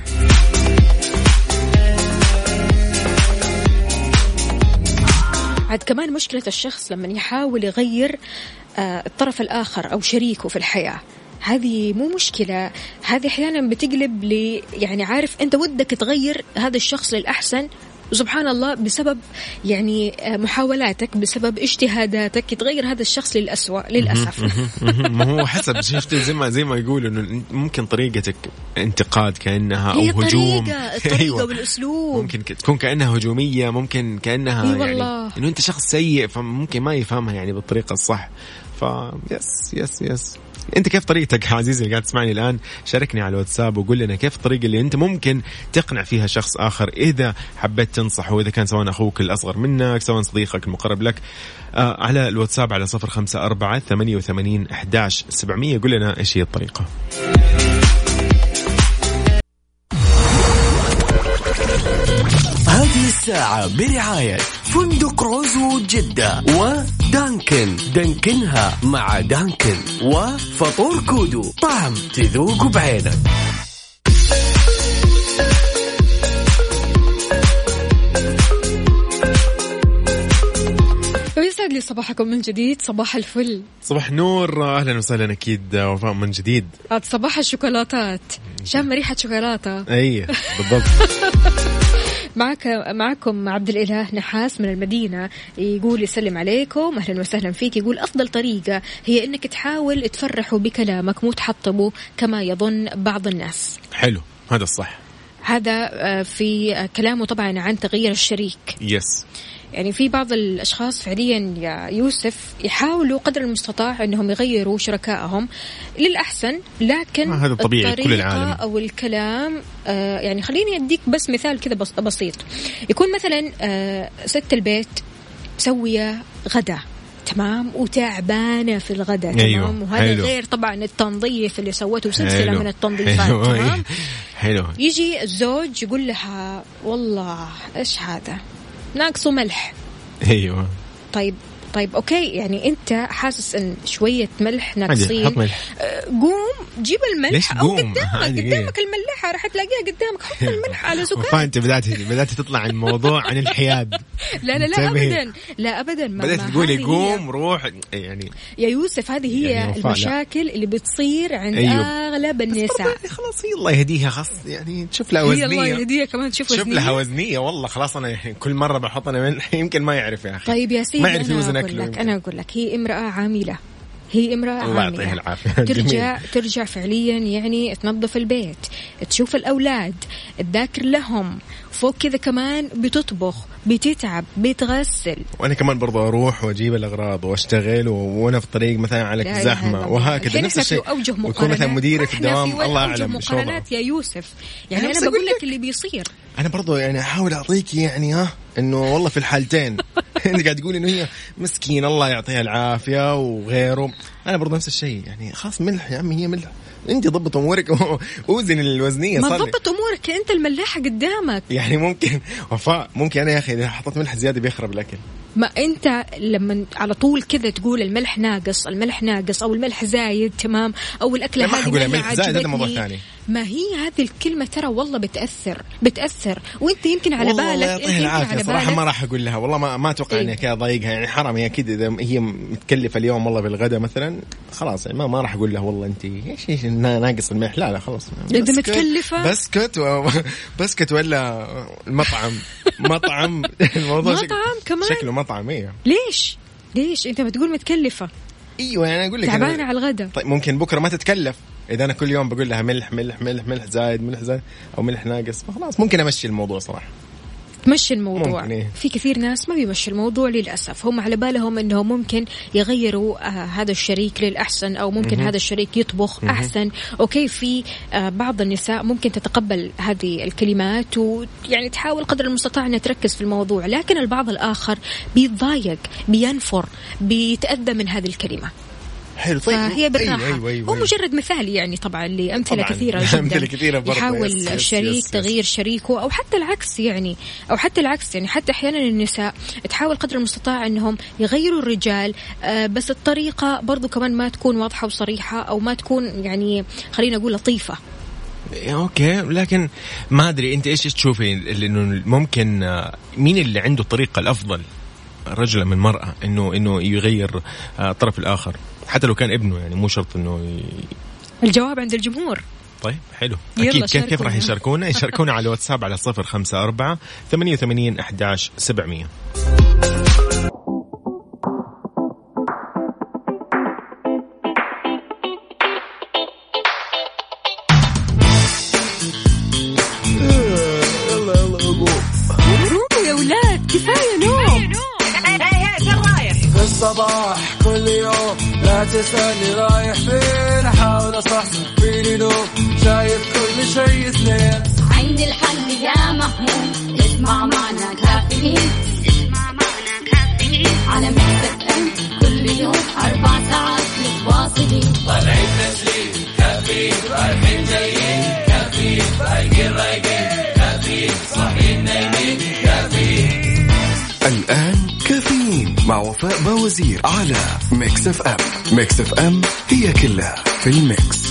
عاد كمان مشكلة الشخص لما يحاول يغير الطرف الآخر أو شريكه في الحياة، هذه مو مشكلة، هذه أحيانا بتقلب يعني عارف أنت ودك تغير هذا الشخص للأحسن، سبحان الله بسبب يعني محاولاتك، بسبب اجتهاداتك يتغير هذا الشخص للأسوأ للأسف. ما هو حسب شفت زي ما يقولوا انه ممكن طريقتك انتقاد كأنها او هجوم، الطريقة أيوة. والأسلوب ممكن تكون كأنها هجومية، ممكن كأنها يعني انه انت شخص سيء فممكن ما يفهمها يعني بالطريقة الصح. يس انت كيف طريقتك عزيزي اللي قاعد تسمعني الان؟ شاركني على الواتساب وقول لنا كيف الطريقه اللي انت ممكن تقنع فيها شخص اخر اذا حبيت تنصحه، اذا كان سواء اخوك الاصغر منك سواء صديقك المقرب لك. على الواتساب على 0548811700 قول لنا ايش هي الطريقه. هذه الساعة برعاية فندق روزو جدة ودانكن، دانكنها مع دانكن، وفطور كودو، طعم تذوق بعينك. ويسعد لي صباحكم من جديد، صباح الفل، صباح نور، أهلا وسهلا. أكيد وفاء من جديد. صباح الشوكولاتات، شام ريحة شوكولاتة. أيه بالضبط. معكم عبد الإله نحاس من المدينة، يقول يسلم عليكم، أهلا وسهلا فيك. يقول أفضل طريقة هي أنك تحاول تفرحه بكلامك مو تحطمه كما يظن بعض الناس. حلو، هذا الصح. هذا في كلامه طبعا عن تغيير الشريك. يس. يعني في بعض الأشخاص فعليا يا يوسف يحاولوا قدر المستطاع أنهم يغيروا شركائهم للأحسن، لكن هذا طبيعي كل العالم. أو الكلام يعني خليني أديك بس مثال كذا بسيط. يكون مثلا ست البيت مسوية غدا تمام وتعبانة في الغداء تمام. أيوه. وهذا حلو. غير طبعا التنظيف اللي سوته سلسلة حلو. من التنظيفات حلو. تمام. حلو. يجي الزوج يقول لها والله إيش هذا ناقصه ملح. أيوه. طيب أوكي، يعني أنت حاسس إن شوية ملح ناقصين، قوم جيب الملح أو قدامك الملحة راح تلاقيها قدامك، حط الملح على سكر. فأنت بدأت تطلع الموضوع عن الحياد. لا أبدا بدأت تقولي قوم روح يعني يا يوسف. هذه هي يعني المشاكل اللي بتصير عند أغلب النساء. خلاص الله يهديها، خلاص يعني تشوف لها وزنية. الله يهديها كمان تشوف لها وزنية. والله خلاص أنا كل مرة بحط أنا ملح يمكن ما يعرف يا أخي. طيب يا سيدي ما يعرف يوزن أنا أقول لك هي امرأة عاملة، الله يعطيها العافية. ترجع فعليا يعني تنظف البيت، تشوف الأولاد، تذاكر لهم، فوق كذا كمان بتطبخ، بتتعب، بتغسل. وأنا كمان برضو أروح وأجيب الأغراض وأشتغل وأنا في الطريق مثلا على زحمة وهكذا نفس الشيء. ويكون مثلا مديري في الدوام الله أعلم شو مقارنات يا يوسف. يعني أنا بقول لك اللي بيصير. أنا برضو يعني أحاول أعطيك يعني إنه والله في الحالتين أنت قاعد تقول إنه هي مسكين الله يعطيها العافية وغيره. أنا برضو نفس الشيء يعني خلاص ملح يا عمي، هي ملح، انت ضبط امورك ووزن الوزنيه. ما ضبط امورك انت، الملاحه قدامك. يعني ممكن وفاء ممكن انا يا اخي اذا حطيت ملح زياده بيخرب الاكل. ما انت لما على طول كذا تقول الملح ناقص او الملح زايد تمام او الاكل هذه ملح زايد، هذا موضوع ثاني. ما هي هذه الكلمه ترى والله بتاثر وانت يمكن على بالك صراحه ما راح اقول لها والله ما اتوقع اني كذا ضايقها يعني حرام هي كذا. اذا هي متكلفه اليوم والله بالغداء مثلا خلاص يعني ما راح اقول لها والله انت ايش ناقص الملح. لا خلاص اذا متكلفه بسكت ولا مطعم الموضوع كمان شكله مطعم. ايه ليش انت بتقول متكلفه؟ ايوه يعني اقول لك تعبانه على الغداء. طيب ممكن بكره ما تتكلف اذا انا كل يوم بقول لها ملح زايد او ملح ناقص، فخلاص ممكن امشي الموضوع صراحه. تمشي الموضوع. إيه؟ في كثير ناس ما بيمشي الموضوع للأسف، هم على بالهم أنه ممكن يغيروا هذا الشريك للأحسن أو ممكن هذا الشريك يطبخ أحسن. أوكي في بعض النساء ممكن تتقبل هذه الكلمات ويعني تحاول قدر المستطاع أن تركز في الموضوع، لكن البعض الآخر بيتضايق، بينفر، بيتأذى من هذه الكلمة. حلو. طيب فهي بالراحة. أيوة. هو مجرد مثال يعني طبعا لأمثلة كثيرة جدا. يحاول الشريك تغيير شريكه أو حتى العكس يعني حتى أحيانا النساء تحاول قدر المستطاع أنهم يغيروا الرجال، بس الطريقة برضو كمان ما تكون واضحة وصريحة أو ما تكون يعني خلينا نقول لطيفة. اوكي لكن ما ادري انت ايش تشوفي انه ممكن مين اللي عنده الطريقة الافضل، رجل من مرأة، انه يغير الطرف الاخر حتى لو كان ابنه، يعني مو شرط انه الجواب عند الجمهور. طيب حلو. اكيد كيف راح يشاركونا على الواتساب على 054-88-11-700. يا ولاد كفاية نوم. في الصباح كل يوم لا تسألني رايح فين، أحاول أصحصح فيني نوم، شايف كل شيء سنين. عندي الحل يا محمود، اسمع معنا كافيين، على مكتب كل يوم 4 ساعات متواصلين. طالعين تسليم كافيين، رايحين جايين كافيين، رايقين كافيين، صاحيين نايمين كافيين. الآن كافيين مع وفاء باوزير على ميكس اف ام. ميكس اف ام هي كلها في الميكس.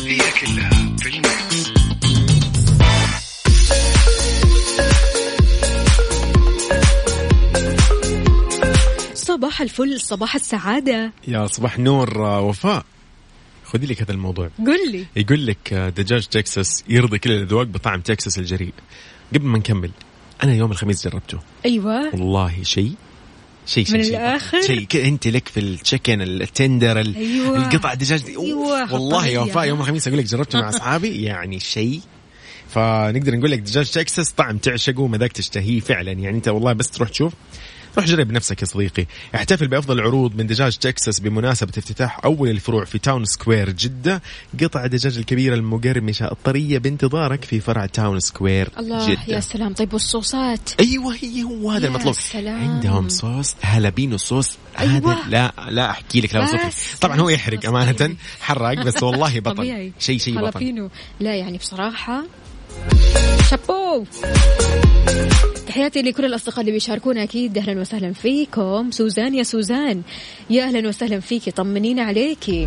صباح الفل، صباح السعادة، يا صباح نور. وفاء خذي لك هذا الموضوع. قل لي. يقول لك دجاج تكساس يرضي كل الأذواق بطعم تكساس الجريء. قبل ما نكمل، أنا يوم الخميس جربته. أيوة والله شيء من الآخر، شيء أنت لك في التشيكن التندر. أيوة. القطع دجاج. أيوة. والله يا وفاء يوم الخميس أقول لك جربته مع أصحابي يعني شيء. فنقدر نقول لك دجاج تكساس طعم تعشقه، مذاق تشتهيه فعلا. يعني أنت والله بس تروح تشوف روح جرب بنفسك يا صديقي. احتفل بأفضل عروض من دجاج تكساس بمناسبة افتتاح أول الفروع في تاون سكوير جدة. قطع الدجاج الكبيرة المقرمشة الطرية بانتظارك في فرع تاون سكوير الله جدة. يا سلام. طيب والصوصات؟ أيوة هو هذا المطلوب. عندهم صوص هالابينو صوص. أيوة. هذا لا أحكي لك، لا أوصف. طبعا هو يحرق أمانة، حرق بس والله بطل. شيء بطل. لا يعني بصراحة شابو. تحياتي لكل الأصدقاء اللي بيشاركونا. أكيد أهلا وسهلا فيكم. سوزان يا سوزان، يا أهلا وسهلا فيكي، طمنينا عليكي.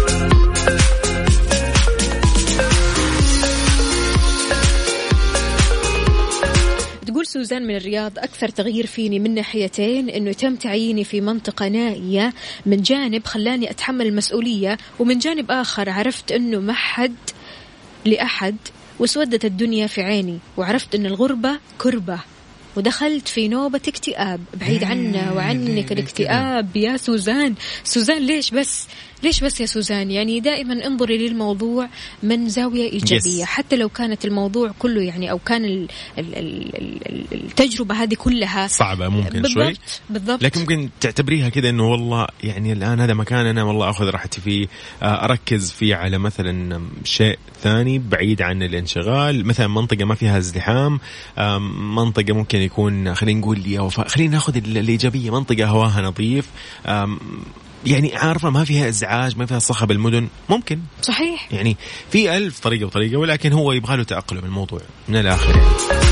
تقول سوزان من الرياض: أكثر تغيير فيني من ناحيتين، إنه تم تعييني في منطقة نائية، من جانب خلاني أتحمل المسؤولية، ومن جانب آخر عرفت إنه ما حد لأحد، وسودت الدنيا في عيني، وعرفت إن الغربة كربة، ودخلت في نوبة اكتئاب. بعيد عنا وعنك الاكتئاب يا سوزان. سوزان ليش بس يا سوزان؟ يعني دائما انظري للموضوع من زاوية إيجابية. حتى لو كانت الموضوع كله يعني أو كان التجربة هذه كلها صعبة ممكن شوي بالضبط، لكن ممكن تعتبريها كذا إنه والله يعني الآن هذا مكان أنا والله أخذ راحتي فيه، أركز فيه على مثلا شيء ثاني بعيد عن الانشغال، مثلا منطقة ما فيها ازدحام، منطقة ممكن يكون خلينا نقول يا وفاء خلينا ناخذ الإيجابية، منطقة هواها نظيف، يعني عارفة ما فيها إزعاج، ما فيها صخب المدن. ممكن صحيح يعني في 1000 طريقة، ولكن هو يبغى له تأقلم الموضوع من الآخر يعني.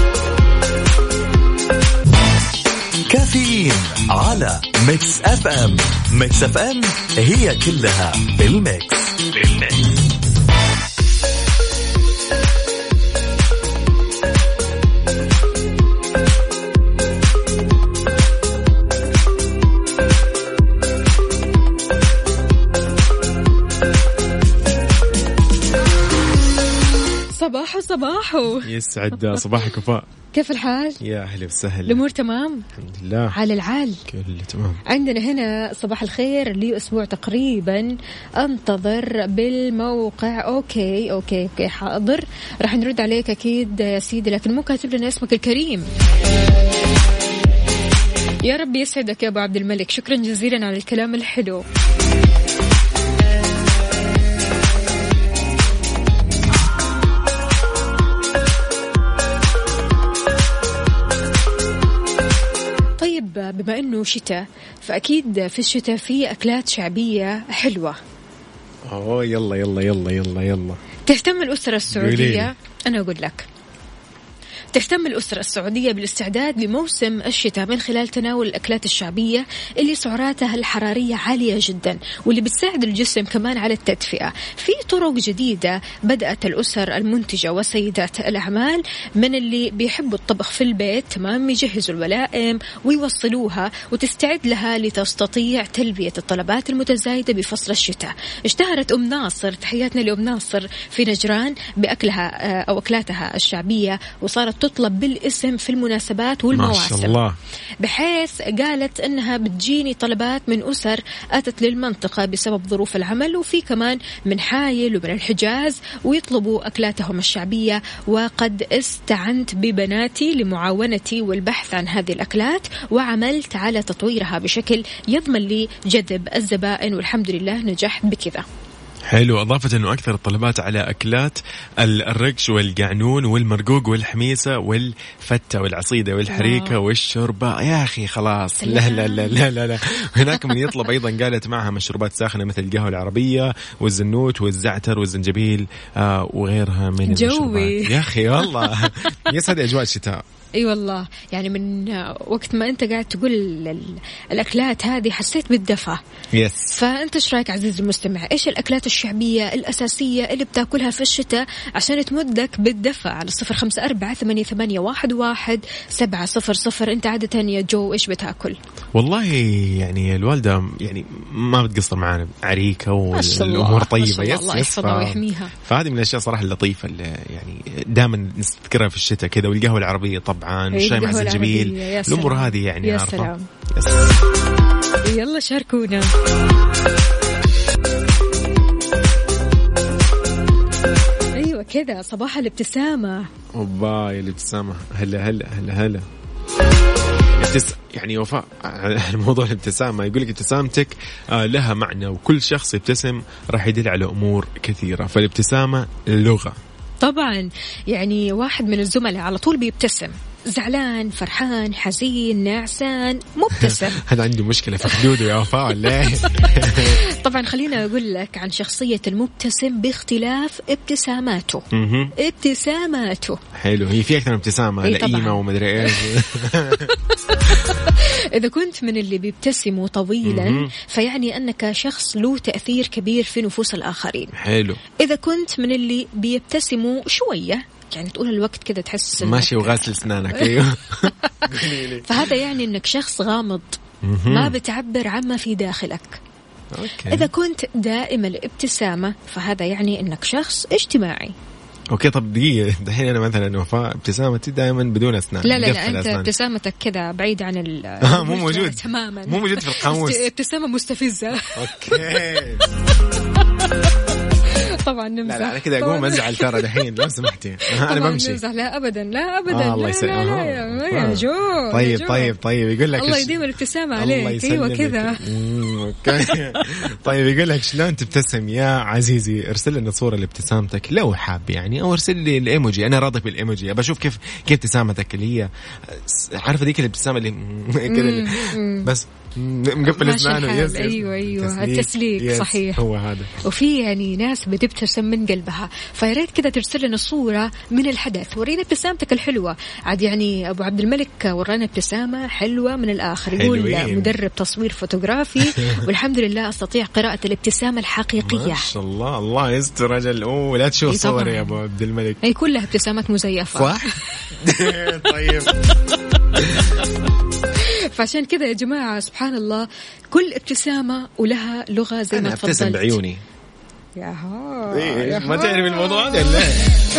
كافيين على ميكس اف ام. ميكس اف ام هي كلها بالميكس. صباحو يسعد صباحك وفاء. كيف الحال؟ يا أهلا وسهلا. الأمور تمام الحمد لله، على العال كله تمام. عندنا هنا صباح الخير لي أسبوع تقريبا أنتظر بالموقع. أوكي حاضر، راح نرد عليك أكيد يا سيدي، لكن مو كاتب لنا اسمك الكريم. يا رب يسعدك يا أبو عبد الملك، شكرا جزيلا على الكلام الحلو. بما أنه شتاء فأكيد في الشتاء في أكلات شعبية حلوة. يلا تهتم الأسرة السعودية، أنا أقول لك تهتم الأسرة السعودية بالاستعداد لموسم الشتاء من خلال تناول الأكلات الشعبية اللي سعراتها الحرارية عالية جدا، واللي بتساعد الجسم كمان على التدفئة. في طرق جديدة بدأت الأسر المنتجة وسيدات الأعمال من اللي بيحبوا الطبخ في البيت، تمام، يجهزوا الولائم ويوصلوها وتستعد لها لتستطيع تلبية الطلبات المتزايدة بفصل الشتاء. اشتهرت أم ناصر، تحياتنا لأم ناصر في نجران، بأكلها أو أكلاتها الشعبية، وصارت تطلب بالاسم في المناسبات والمواسم. ما شاء الله. بحيث قالت أنها بتجيني طلبات من أسر أتت للمنطقة بسبب ظروف العمل، وفي كمان من حايل ومن الحجاز، ويطلبوا أكلاتهم الشعبية. وقد استعنت ببناتي لمعاونتي والبحث عن هذه الأكلات، وعملت على تطويرها بشكل يضمن لي جذب الزبائن، والحمد لله نجحت بكذا. حلو. أضافة أنه أكثر الطلبات على أكلات الرقش والقعنون والمرقوق والحميسة والفتة والعصيدة والحريكة والشوربة. يا أخي خلاص، لا لا لا لا لا, لا. هناك من يطلب أيضا، قالت معها مشروبات ساخنة مثل القهوة العربية والزنوت والزعتر والزنجبيل وغيرها من المشروبات. يا أخي والله يسعد أجواء الشتاء. اي والله، يعني من وقت ما انت قاعد تقول الاكلات هذه حسيت بالدفى. فانت ايش رايك عزيزي المستمع؟ ايش الاكلات الشعبيه الاساسيه اللي بتاكلها في الشتاء عشان تمدك بالدفى؟ على 0548811700. انت عاده يا جو ايش بتاكل؟ والله يعني الوالده يعني ما بتقصر معانا، عريكه والامور طيبه. الله يحفظها ويحميها. فهذه من الاشياء صراحه اللطيفه اللي يعني دائما نذكرها في الشتاء كذا. والقهوه العربيه طبعا، والشاي مع الزنجبيل، الأمور هذه يعني يا سلام. يلا شاركونا. أيوة كذا صباح الابتسامة. أوبا يا الابتسامة. هلا يعني وفاء الموضوع الابتسامة، يقول لك ابتسامتك لها معنى، وكل شخص يبتسم راح يدل على أمور كثيرة، فالابتسامة لغة. طبعا يعني واحد من الزملاء على طول بيبتسم، زعلان فرحان حزين نعسان مبتسم. هذا عنده مشكلة في خدوده يا وفاء ولا؟ طبعا خلينا أقول لك عن شخصية المبتسم باختلاف ابتساماته. ابتساماته حلو، هي في أكثر من ابتسامة، لئيمة ومدري إيش. إذا كنت من اللي بيبتسموا طويلا فيعني أنك شخص له تأثير كبير في نفوس الآخرين. حلو. إذا كنت من اللي بيبتسموا شوية، يعني تقول الوقت كذا تحس ماشي وغاسل أسنانك. أيوه. فهذا يعني أنك شخص غامض، ما بتعبر عما في داخلك. أوكي. إذا كنت دائم الابتسامة فهذا يعني أنك شخص اجتماعي. اوكي طب دقيقة، دحين انا مثلا وفاء ابتسامتي دائما بدون اسنان. لا انت ابتسامتك كذا بعيد عن مو موجود تماما، مو موجود في القاموس. ابتسامة مستفزة. اوكي. طبعا نمزح. لا كذا اقوم ازعل ترى دحين لو سمحتي. انا بمشي. نمزح. لا ابدا الله لا يا جو. طيب يقول لك الله يديم الابتسامة عليك. ايوه كذا. طيب يقول لك شلون تبتسم يا عزيزي؟ ارسل لنا صورة لابتسامتك لو حاب يعني، او ارسل لي الايموجي، انا راضي بالايموجي، ابى اشوف كيف ابتسامتك اللي هي عارفه ذيك الابتسامة اللي كذا بس مقفل اسنانه. ايوه التسليك. صحيح هو هذا. وفي يعني ناس بتبتسم من قلبها، فياريت كذا ترسل لنا صورة من الحدث، ورينا ابتسامتك الحلوة عاد. يعني ابو عبد الملك ورانا ابتسامة حلوة من الاخر، يقول مدرب تصوير فوتوغرافي والحمد لله استطيع قراءة الابتسامة الحقيقية. ما شاء الله، الله يستر رجل. لا تشوف صور يا ابو عبد الملك، هي كلها ابتسامات مزيفة. صح. طيب. فعشان كذا يا جماعة سبحان الله كل ابتسامة ولها لغة زي ما تفضلت. أنا ابتسم بعيوني. يا ما تعرف الموضوع هذا لا.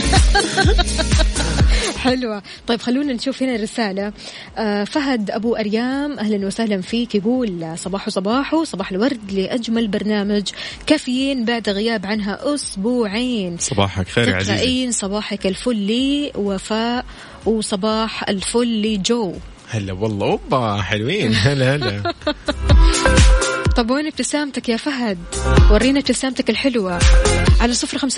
حلوة. طيب خلونا نشوف هنا رسالة. فهد أبو أريام أهلا وسهلا فيك، يقول صباح الورد لأجمل برنامج كافيين بعد غياب عنها أسبوعين. صباحك خير يا عزيزي. صباحك الفل لي وفاء، وصباح الفل لي جو. هلا والله أوبا حلوين. هلا. طب وين ابتسامتك يا فهد؟ ورينا ابتسامتك الحلوة على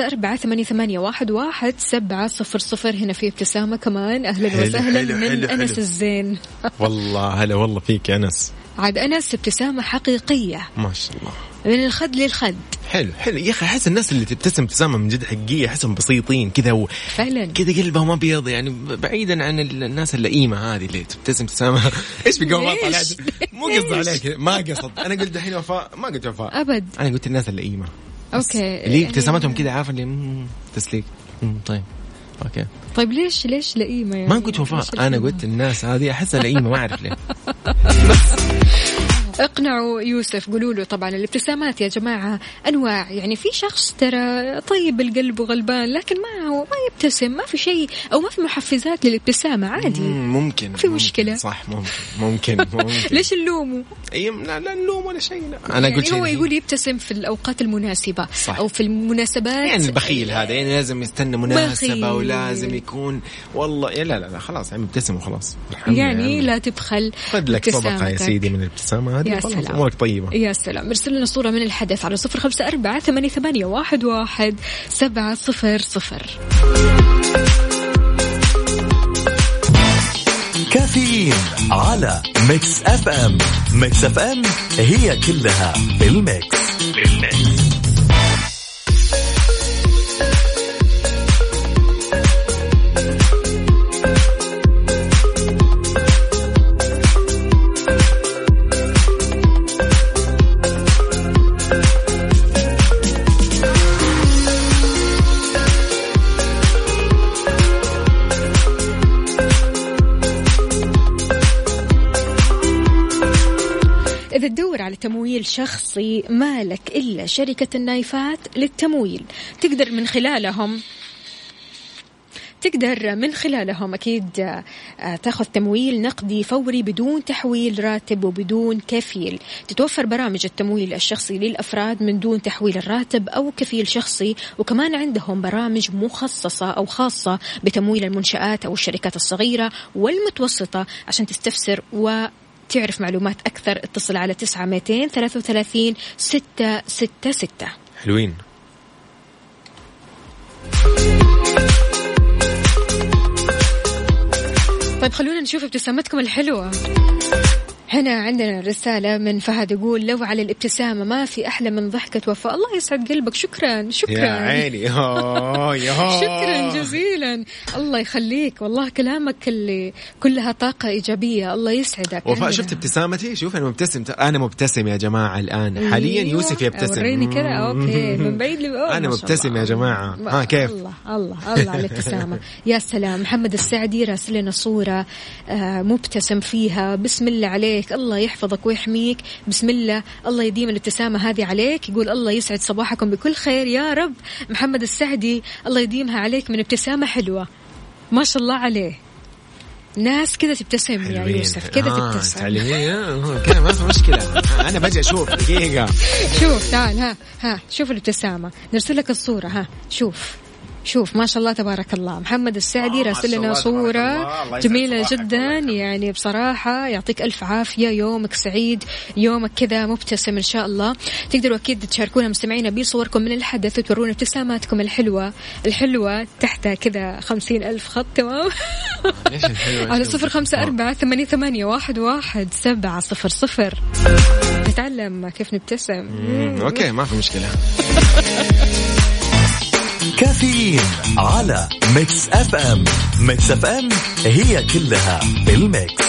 0548811700. هنا في ابتسامة كمان. أهلا وسهلا من أنس الزين. والله هلا والله فيك يا أنس. عاد أنس ابتسامة حقيقية ما شاء الله، من الخد للخد. حلو يا أخي. أحس الناس اللي تبتسم ابتسامة من جد حقيقية أحسهم بسيطين كذا فعلا كذا قلبهم أبيض، يعني بعيدا عن الناس اللئيمة هذه اللي تبتسم ابتسامة. إيش بقول ما طلعت؟ مو قصد عليك، ما قصد. أنا قلت الحين وفاء، ما قلت وفاء أبد، أنا قلت الناس اللئيمة. أوكي اللي ابتسامتهم كذا عارفة اللي تسليك. طيب أوكي. طيب ليش لئيمة يعني؟ ما قلت وفاء، أنا قلت الناس هذه أحسها لئيمة، ما أعرف ليه. اقنعوا يوسف، قولوا له. طبعا الابتسامات يا جماعة أنواع، يعني في شخص ترى طيب القلب وغلبان لكن ما يبتسم، ما في شيء أو ما في محفزات للابتسامة، عادي ممكن في مشكلة. صح ممكن. ليش اللومه؟ لا نلوم ولا شيء. أنا يعني قلت هو يقول يبتسم في الأوقات المناسبة. صح. أو في المناسبات، يعني البخيل هذا يعني لازم يستنى مناسبة ولازم يكون والله لا خلاص يعني ابتسم وخلاص يعني لا تبخل. خذ لك صدقة يا سيدي من الابتسامة هذه. يا سلام، أمورك طيبة. يا سلام. ارسل لنا صورة من الحدث على 0548811700. كافيين على ميكس اف ام. ميكس اف ام هي كلها بالميكس. إذا تدور على تمويل شخصي ما لك إلا شركة النايفات للتمويل. تقدر من خلالهم تقدر من خلالهم أكيد تأخذ تمويل نقدي فوري بدون تحويل راتب وبدون كفيل. تتوفر برامج التمويل الشخصي للأفراد من دون تحويل الراتب أو كفيل شخصي، وكمان عندهم برامج مخصصة أو خاصة بتمويل المنشآت أو الشركات الصغيرة والمتوسطة. عشان تستفسر وتعرف معلومات أكثر اتصل على 9-233-666. حلوين. طيب خلونا نشوف ابتسامتكم الحلوة. هنا عندنا رسالة من فهد يقول لو على الابتسامة ما في أحلى من ضحكة وفاء. الله يسعد قلبك، شكرا شكرا يا عيني. شكرا جزيلا، الله يخليك، والله كلامك اللي كلها طاقة إيجابية، الله يسعدك. وفاء شفت ابتسامتي؟ شوف أنا مبتسم، أنا مبتسم يا جماعة الآن حاليا. يوسف يبتسم، وريني كذا. أوكي من بعيد أنا مبتسم يا جماعة. كيف؟ الله على الابتسامة. يا سلام. محمد السعدي راسل لنا صورة مبتسم فيها بسم الله عليك، الله يحفظك ويحميك، بسم الله، الله يديم الابتسامة هذه عليك. يقول الله يسعد صباحكم بكل خير يا رب. محمد السعدي الله يديمها عليك من ابتسامة حلوة ما شاء الله عليه. ناس كذا تبتسم يا يوسف، كذا تبتسم. تعلميني كذا ما في مشكلة. أنا بجي أشوف دقيقة. شوف تعال، ها شوف الابتسامة، نرسل لك الصورة. شوف ما شاء الله تبارك الله. محمد السعدي راسل لنا صورة جميلة جدا، يعني بصراحة يعطيك ألف عافية، يومك سعيد، يومك كذا مبتسم إن شاء الله. تقدروا أكيد تشاركونا مستمعينا بصوركم من الحدث وتورونا ابتساماتكم الحلوة تحت كذا 50,000 خط. تمام. على 0548811700 نتعلم كيف نبتسم. أوكي ما في مشكلة. كافيين على ميكس اف ام. ميكس اف ام هي كلها بالميكس.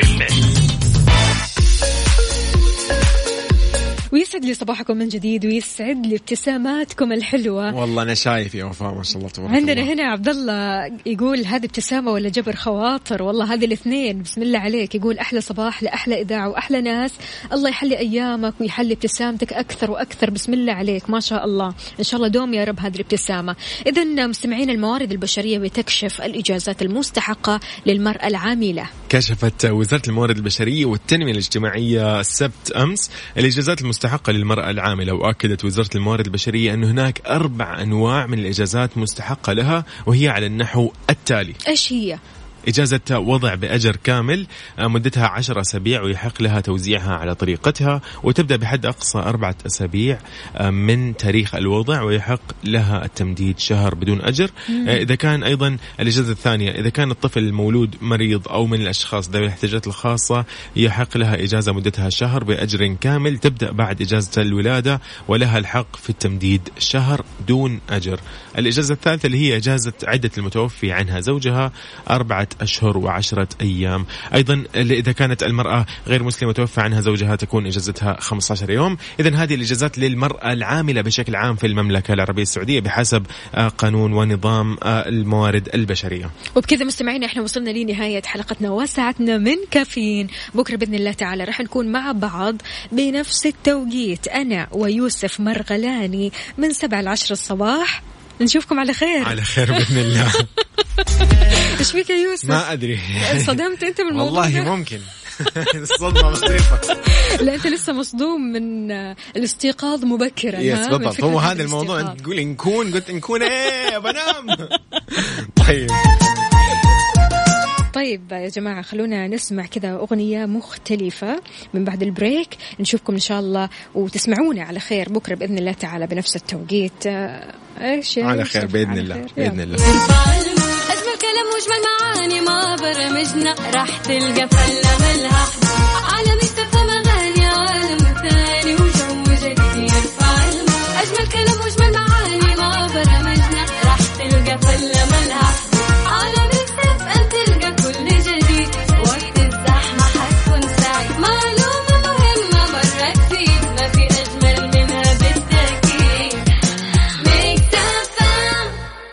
ويسعد لي صباحكم من جديد، ويسعد لي ابتساماتكم الحلوة. والله أنا شايف يا وفاء ما شاء الله تبارك عندنا الله. هنا عبد الله يقول هذه ابتسامة ولا جبر خواطر؟ والله هذه الاثنين. بسم الله عليك. يقول أحلى صباح لأحلى إذاعة وأحلى ناس، الله يحلي أيامك ويحلي ابتسامتك أكثر وأكثر. بسم الله عليك ما شاء الله، إن شاء الله دوم يا رب هذه الابتسامة. إذن مستمعين، الموارد البشرية بتكشف الإجازات المستحقة للمرأة العاملة. كشفت وزارة الموارد البشرية والتنمية الاجتماعية السبت أمس الإجازات المستحقة للمرأة العاملة، وأكدت وزارة الموارد البشرية أن هناك 4 أنواع من الإجازات مستحقة لها، وهي على النحو التالي. إيش هي؟ إجازة وضع بأجر كامل مدتها 10 أسابيع ويحق لها توزيعها على طريقتها، وتبدأ بحد أقصى 4 أسابيع من تاريخ الوضع، ويحق لها التمديد شهر بدون أجر. إذا كان أيضا الإجازة الثانية، إذا كان الطفل المولود مريض أو من الأشخاص ذوي الاحتياجات الخاصة، يحق لها إجازة مدتها شهر بأجر كامل تبدأ بعد إجازة الولادة، ولها الحق في التمديد شهر دون أجر. الإجازة الثالثة اللي هي إجازة عدة المتوفي عنها زوجها 4 أشهر و10 أيام. أيضا إذا كانت المرأة غير مسلمة توفى عنها زوجها تكون إجازتها 15 يوم. إذن هذه الإجازات للمرأة العاملة بشكل عام في المملكة العربية السعودية بحسب قانون ونظام الموارد البشرية. وبكذا مستمعين احنا وصلنا لنهاية حلقتنا وساعتنا من كافيين. بكرة بإذن الله تعالى رح نكون مع بعض بنفس التوقيت، أنا ويوسف مرغلاني من 7 ل 10 الصباح. نشوفكم على خير. على خير بإذن الله. إيش فيك يا يوسف؟ ما أدري. صدمت أنت من الموضوع؟ والله ده؟ ممكن. الصدمة مصيفة. لا أنت لسه مصدوم من الاستيقاظ مبكرا. يس بالضبط، هو هذا الموضوع. أنت تقولي نكون، قلت نكون إيه بنام. طيب يا جماعة خلونا نسمع كذا أغنية مختلفة من بعد البريك. نشوفكم إن شاء الله وتسمعونا على خير بكرة بإذن الله تعالى بنفس التوقيت. إيش على خير بإذن الله. بإذن الله. أجمل كلام وأجمل معاني ما برمجنا راح تلقى فلة ملها